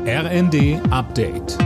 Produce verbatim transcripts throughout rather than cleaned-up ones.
R N D Update.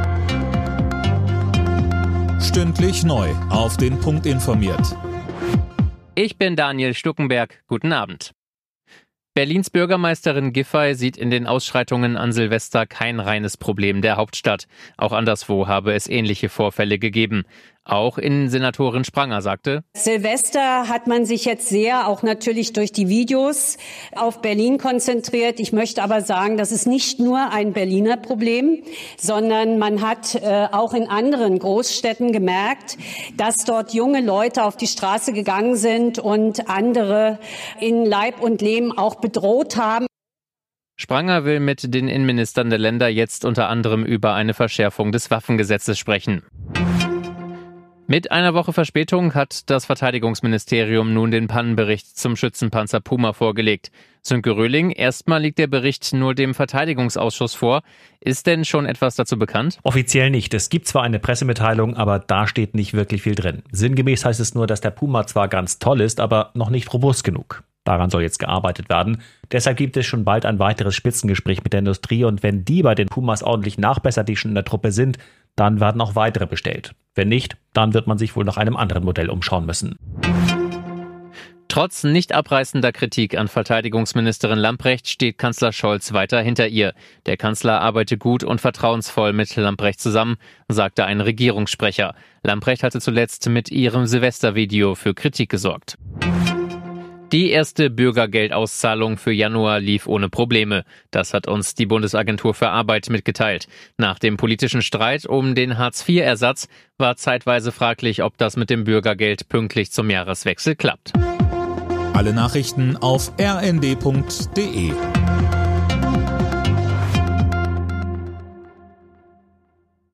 Stündlich neu auf den Punkt informiert. Ich bin Daniel Stuckenberg. Guten Abend. Berlins Bürgermeisterin Giffey sieht in den Ausschreitungen an Silvester kein reines Problem der Hauptstadt. Auch anderswo habe es ähnliche Vorfälle gegeben. Auch Innensenatorin Spranger sagte: Silvester hat man sich jetzt sehr, auch natürlich durch die Videos, auf Berlin konzentriert. Ich möchte aber sagen, das ist nicht nur ein Berliner Problem, sondern man hat äh, auch in anderen Großstädten gemerkt, dass dort junge Leute auf die Straße gegangen sind und andere in Leib und Leben auch bedroht haben. Spranger will mit den Innenministern der Länder jetzt unter anderem über eine Verschärfung des Waffengesetzes sprechen. Mit einer Woche Verspätung hat das Verteidigungsministerium nun den Pannenbericht zum Schützenpanzer Puma vorgelegt. Sönke Röhling, erstmal liegt der Bericht nur dem Verteidigungsausschuss vor. Ist denn schon etwas dazu bekannt? Offiziell nicht. Es gibt zwar eine Pressemitteilung, aber da steht nicht wirklich viel drin. Sinngemäß heißt es nur, dass der Puma zwar ganz toll ist, aber noch nicht robust genug. Daran soll jetzt gearbeitet werden. Deshalb gibt es schon bald ein weiteres Spitzengespräch mit der Industrie und wenn die bei den Pumas ordentlich nachbessert, die schon in der Truppe sind, dann werden auch weitere bestellt. Wenn nicht, dann wird man sich wohl nach einem anderen Modell umschauen müssen. Trotz nicht abreißender Kritik an Verteidigungsministerin Lambrecht steht Kanzler Scholz weiter hinter ihr. Der Kanzler arbeite gut und vertrauensvoll mit Lambrecht zusammen, sagte ein Regierungssprecher. Lambrecht hatte zuletzt mit ihrem Silvestervideo für Kritik gesorgt. Die erste Bürgergeldauszahlung für Januar lief ohne Probleme. Das hat uns die Bundesagentur für Arbeit mitgeteilt. Nach dem politischen Streit um den Hartz vier Ersatz war zeitweise fraglich, ob das mit dem Bürgergeld pünktlich zum Jahreswechsel klappt. Alle Nachrichten auf r n d punkt d e.